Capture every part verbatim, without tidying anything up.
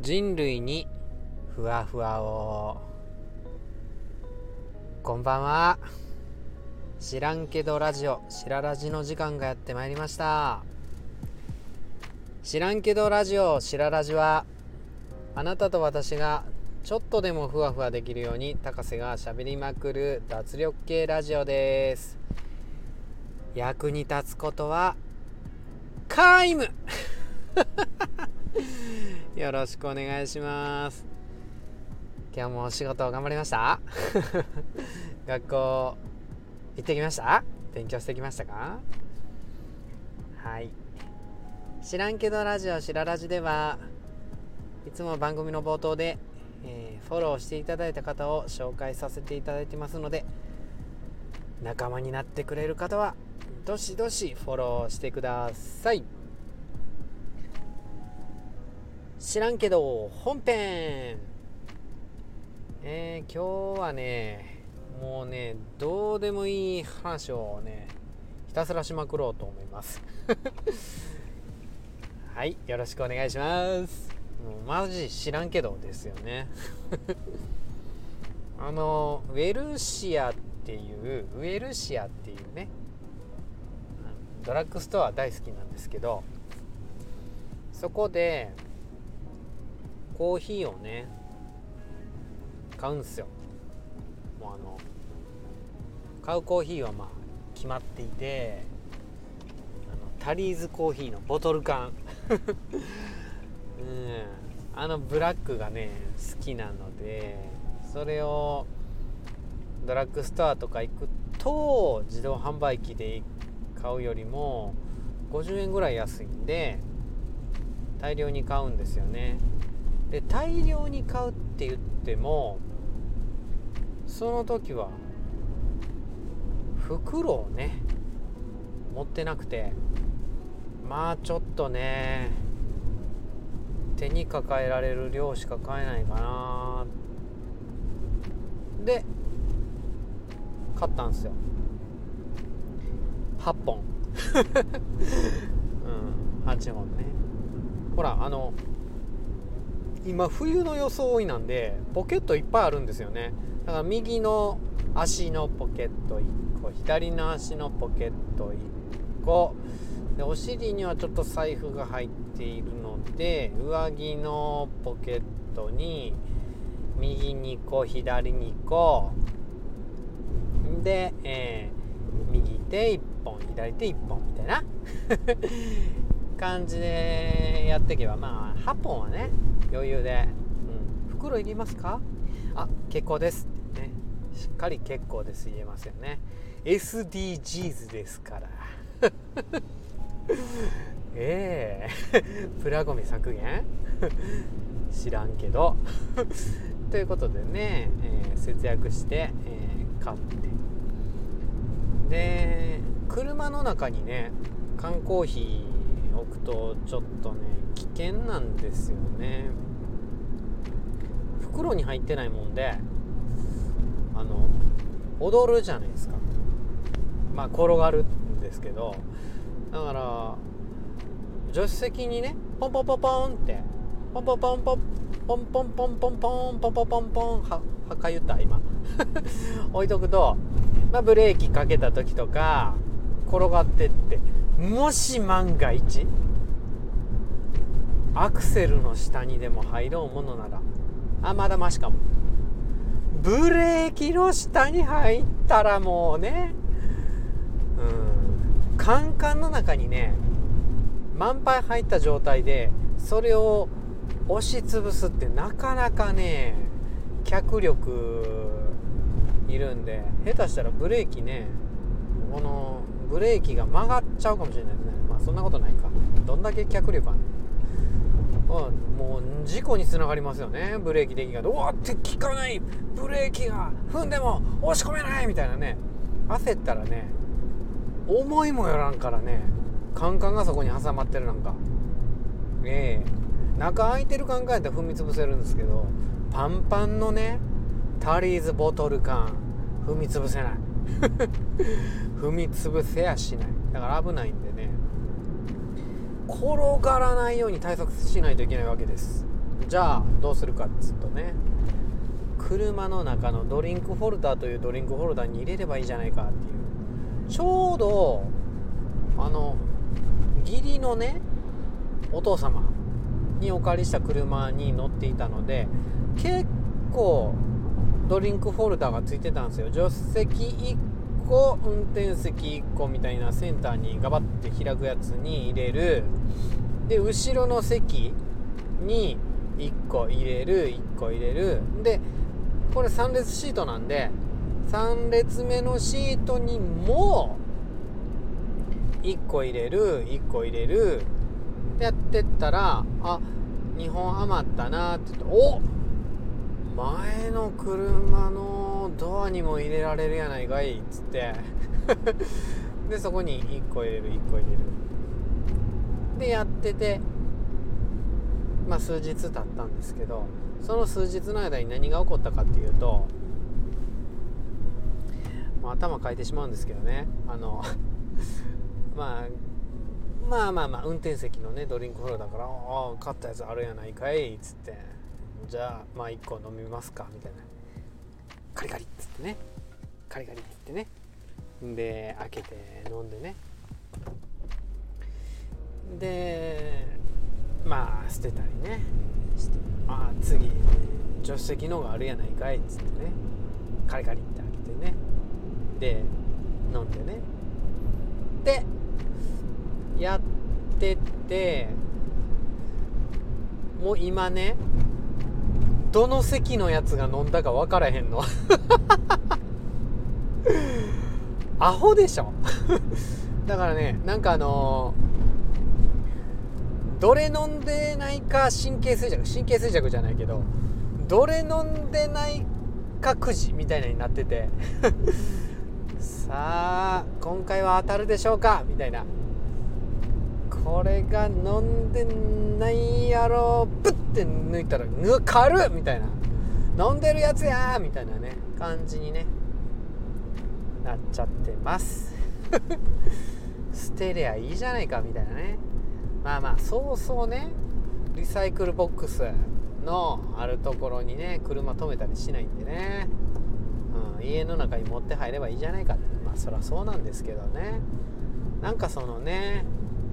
人類にふわふわを。こんばんは。知らんけどラジオ、しららじの時間がやってまいりました。知らんけどラジオ、しららじはあなたと私がちょっとでもふわふわできるように高瀬がしゃべりまくる脱力系ラジオです。役に立つことは皆無よろしくお願いします。今日もお仕事頑張りました学校行ってきました？勉強してきましたか？はい。知らんけどラジオしららじではいつも番組の冒頭で、えー、フォローしていただいた方を紹介させていただいてますので、仲間になってくれる方はどしどしフォローしてください。知らんけど本編、えー、今日はねもうねどうでもいい話をねひたすらしまくろうと思いますはい、よろしくお願いします。もうマジ知らんけどですよねあのウェルシアっていうウェルシアっていうねドラッグストア大好きなんですけど、そこでコーヒーをね買うんですよ。もうあの買うコーヒーはまあ決まっていて、あのタリーズコーヒーのボトル缶うんあのブラックがね好きなので、それをドラッグストアとか行くと自動販売機で買うよりもごじゅうえんぐらい安いんで大量に買うんですよね。で大量に買うって言ってもその時は袋をね持ってなくて、まあちょっとね手に抱えられる量しか買えないかなで買ったんですよ。はっぽん、うん、はっぽんね。ほらあの今冬の装いなんでポケットいっぱいあるんですよね。だから右の足のポケットいっこ、左の足のポケットいっこで、お尻にはちょっと財布が入っているので上着のポケットに右にこ左にこで、えー、右手いっぽん左手いっぽんみたいな感じでやっていけば、まあはっぽんはね余裕で、うん、袋いりますか？あ、結構ですってね、しっかり結構です言えますよね。 エスディージーズ ですからええー、プラゴミ削減知らんけどということでね、えー、節約して、えー、買ってで車の中にね缶コーヒー置くとちょっとね危険なんですよね。袋に入ってないもんであの踊るじゃないですか。まあ転がるんですけど、だから助手席にねポンポンポンポンってポンポンポンポンポンポンポンポンポンポンポンポンポンははか言った今置いとくと、まあ、ブレーキかけた時とか転がってって、もし万が一アクセルの下にでも入ろうものなら、あまだマシかも、ブレーキの下に入ったらもうね、うん、カンカンの中にね満杯入った状態でそれを押しつぶすってなかなかね脚力いるんで、下手したらブレーキねこのブレーキが曲がっちゃうかもしれないですね。まあそんなことないか、どんだけ脚力あるの、もう事故につながりますよね。ブレーキできがうわって効かない、ブレーキが踏んでも押し込めないみたいなね、焦ったらね思いもよらんからね、カンカンがそこに挟まってるなんかええー、中空いてるカンカンやったら踏み潰せるんですけど、パンパンのねタリーズボトル缶踏み潰せない踏み潰せやしない。だから危ないんでね転がらないように対策しないといけないわけです。 じゃあどうするかっつうとね、車の中のドリンクホルダーというドリンクホルダーに入れればいいじゃないかっていう、ちょうどあの義理のねお父様にお借りした車に乗っていたので、結構ドリンクホルダーがついてたんですよ。助手席いっこ、運転席いっこみたいなセンターにガバッて開くやつに入れる。で後ろの席にいっこ入れる、いっこ入れる。でこれさん列シートなんで、さん列目のシートにもいっこ入れる、いっこ入れるってやってったら、あ、にほん余ったなって言って、お、前の車のドアにも入れられるやないかいっつってでそこにいっこ入れる、いっこ入れるでやってて、まあ数日経ったんですけど、その数日の間に何が起こったかっていうと、まあ、頭かいてしまうんですけどね、あのまあまあまあまあ運転席のねドリンクホルダーから、ああ買ったやつあるやないかいっつって、じゃあまあいっこ飲みますかみたいな、カリカリっつってね、カリカリっつってね、で開けて飲んでね、でまあ捨てたりねして、ああ次助手席のがあるやないかいっつってね、カリカリって開けてね、で飲んでね、でやってて、もう今ねどの席のやつが飲んだか分からへんのアホでしょだからね、なんかあのー、どれ飲んでないか神経衰弱神経衰弱じゃないけど、どれ飲んでないかくじみたいなになっててさあ今回は当たるでしょうかみたいな、これが飲んでないやろ、プッて抜いたらぬ軽っみたいな、飲んでるやつやみたいなね感じにねなっちゃってます捨てりゃいいじゃないかみたいなね。まあまあそうそうね、リサイクルボックスのあるところにね車止めたりしないんでね、うん、家の中に持って入ればいいじゃないかって、まあそりゃそうなんですけどね、なんかそのね、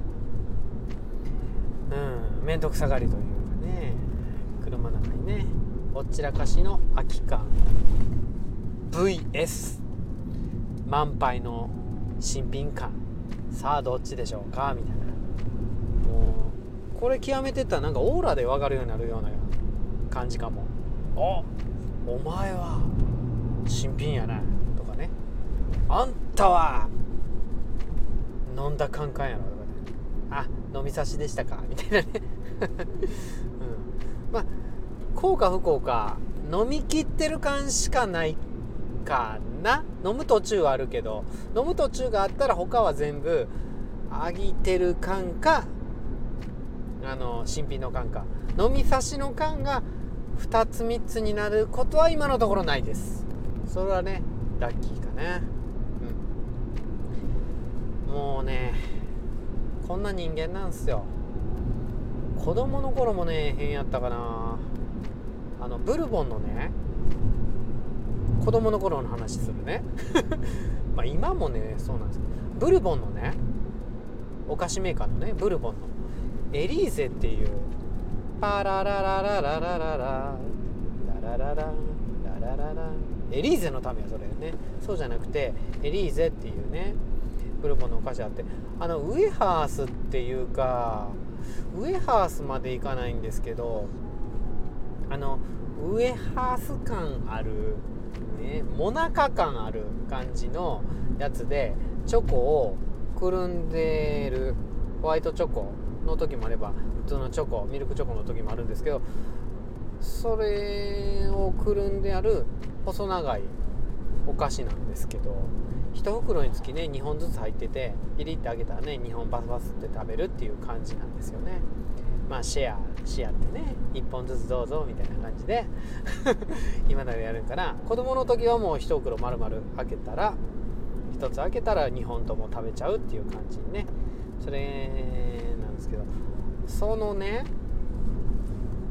うん、面倒くさがりというかね、車の中にねおっちらかしの空き缶 ブイエス 満杯の新品缶、さあどっちでしょうかみたいな、もうこれ極めてったらなんかオーラで分かるようになるような感じかも。お、お前は新品やなとかね、あんたは飲んだカンカンやろとかね、あ、飲み差しでしたかみたいなね、うん、まあこうか不幸か飲み切ってる感しかないかな。飲む途中はあるけど、飲む途中があったら他は全部あぎてる缶か、あの新品の缶か、飲み差しの缶がふたつみっつになることは今のところないです。それはねラッキーかね、うん、もうねこんな人間なんすよ。子供の頃もね変やったかな、あのブルボンのね、子供の頃の話するねまあ今もねそうなんですけど、ブルボンのねお菓子メーカーのねブルボンのエリーゼっていう、パララララララララララララララララ、エリーゼのためよそれね、そうじゃなくてエリーゼっていうねブルボンのお菓子あって、あのウエハースっていうかウエハースまでいかないんですけど、あのウエハース感あるね、モナカ感ある感じのやつでチョコをくるんでる、ホワイトチョコの時もあれば普通のチョコ、ミルクチョコの時もあるんですけど、それをくるんである細長いお菓子なんですけど、一袋につきねにほんずつ入ってて、ピリってあげたらねにほんバスバスって食べるっていう感じなんですよね。まあシェアシェアってねいっぽんずつどうぞみたいな感じで今だけやるから、子供の時はもう一袋丸々開けたらひとつ開けたらにほんとも食べちゃうっていう感じにね、それなんですけど、そのね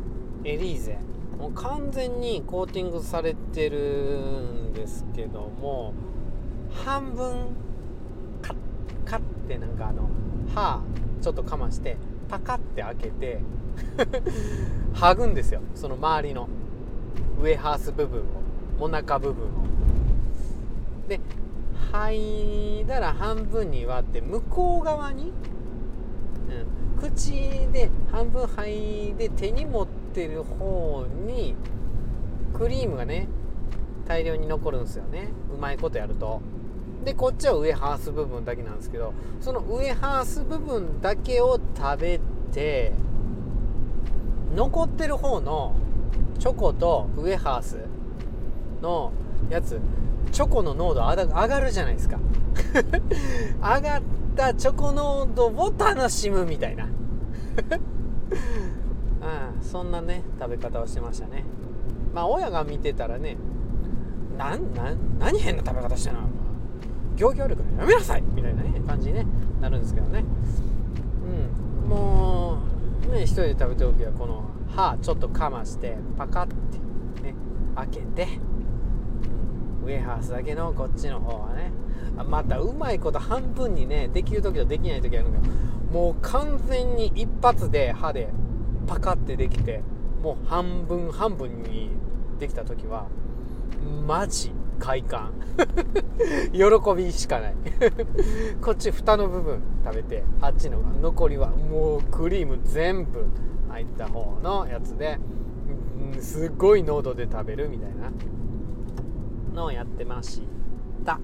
エリーゼもう完全にコーティングされてるんですけども、半分カッカッてなんかあの歯ちょっとかましてパカッて開けて剥ぐんですよ、その周りのウエハース部分を、モナカ部分を。で剥いだら半分に割って向こう側に、うん、口で半分剥いで手に持ってる方にクリームがね大量に残るんですよね、うまいことやると。でこっちはウエハース部分だけなんですけど、そのウエハース部分だけを食べて残ってる方のチョコとウエハースのやつ、チョコの濃度上がるじゃないですか上がったチョコ濃度を楽しむみたいなああ、そんなね食べ方をしてましたね。まあ親が見てたらね、なな何変な食べ方してんの、行儀悪くやめなさいみたいな、ね、感じに、ね、なるんですけどね。うん、もうね一人で食べてる時はこの歯ちょっとかましてパカッてね開けて、ウエハースだけのこっちの方はね、またうまいこと半分にねできる時とできない時あるのけど、もう完全に一発で歯でパカッてできて、もう半分半分にできた時はマジ快感喜びしかないこっち蓋の部分食べて、あっちの残りはもうクリーム全部入った方のやつで、うん、すごい濃度で食べるみたいなのをやってました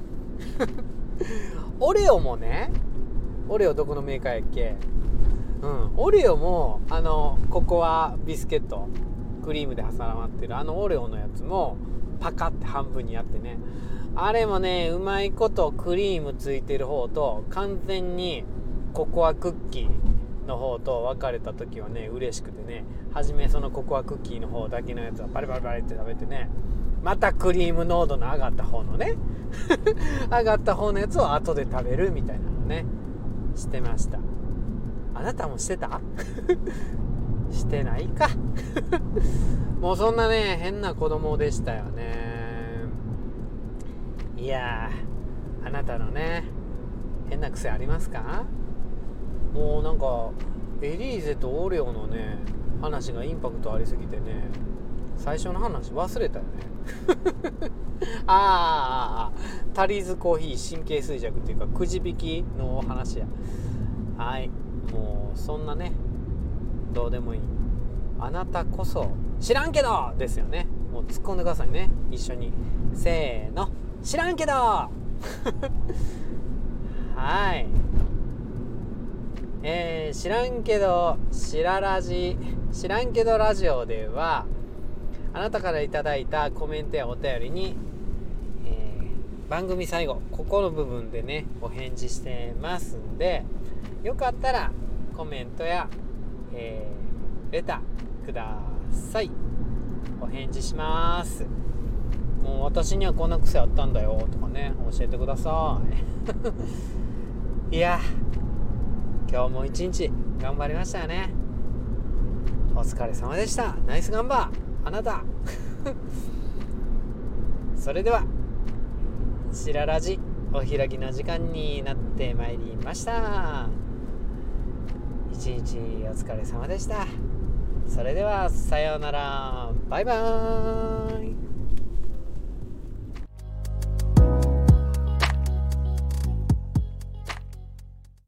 オレオもね、オレオどこのメーカーやっけ、うん、オレオもあのココアビスケットクリームで挟まってるあのオレオのやつもパカって半分にやってね、あれもねうまいことクリームついてる方と完全にココアクッキーの方と分かれた時はね嬉しくてね、初めそのココアクッキーの方だけのやつはバリバリバリって食べてね、またクリーム濃度の上がった方のね上がった方のやつを後で食べるみたいなのねしてました。あなたもしてたしてないかもうそんなね変な子供でしたよね。いやー、あなたのね変な癖ありますか？もうなんかエリーゼとオレオのね話がインパクトありすぎてね、最初の話忘れたよねああ、タリーズコーヒー神経衰弱っていうかくじ引きの話や。はい、もうそんなねどうでもいいあなたこそ知らんけどですよね。もう突っ込んでくださいね、一緒に。せーの、知らんけどはい、えー、知らんけどしらラジ知らんけどラジオではあなたからいただいたコメントやお便りに、えー、番組最後ここの部分でねお返事してますんで、よかったらコメントや、えー、レターください。お返事します。もう私にはこんな癖あったんだよとかね教えてくださいいや今日も一日頑張りましたよね。お疲れ様でした。ナイスガンバーあなたそれではしららじお開きの時間になってまいりました。一日お疲れ様でした。それではさようなら、バイバーイ。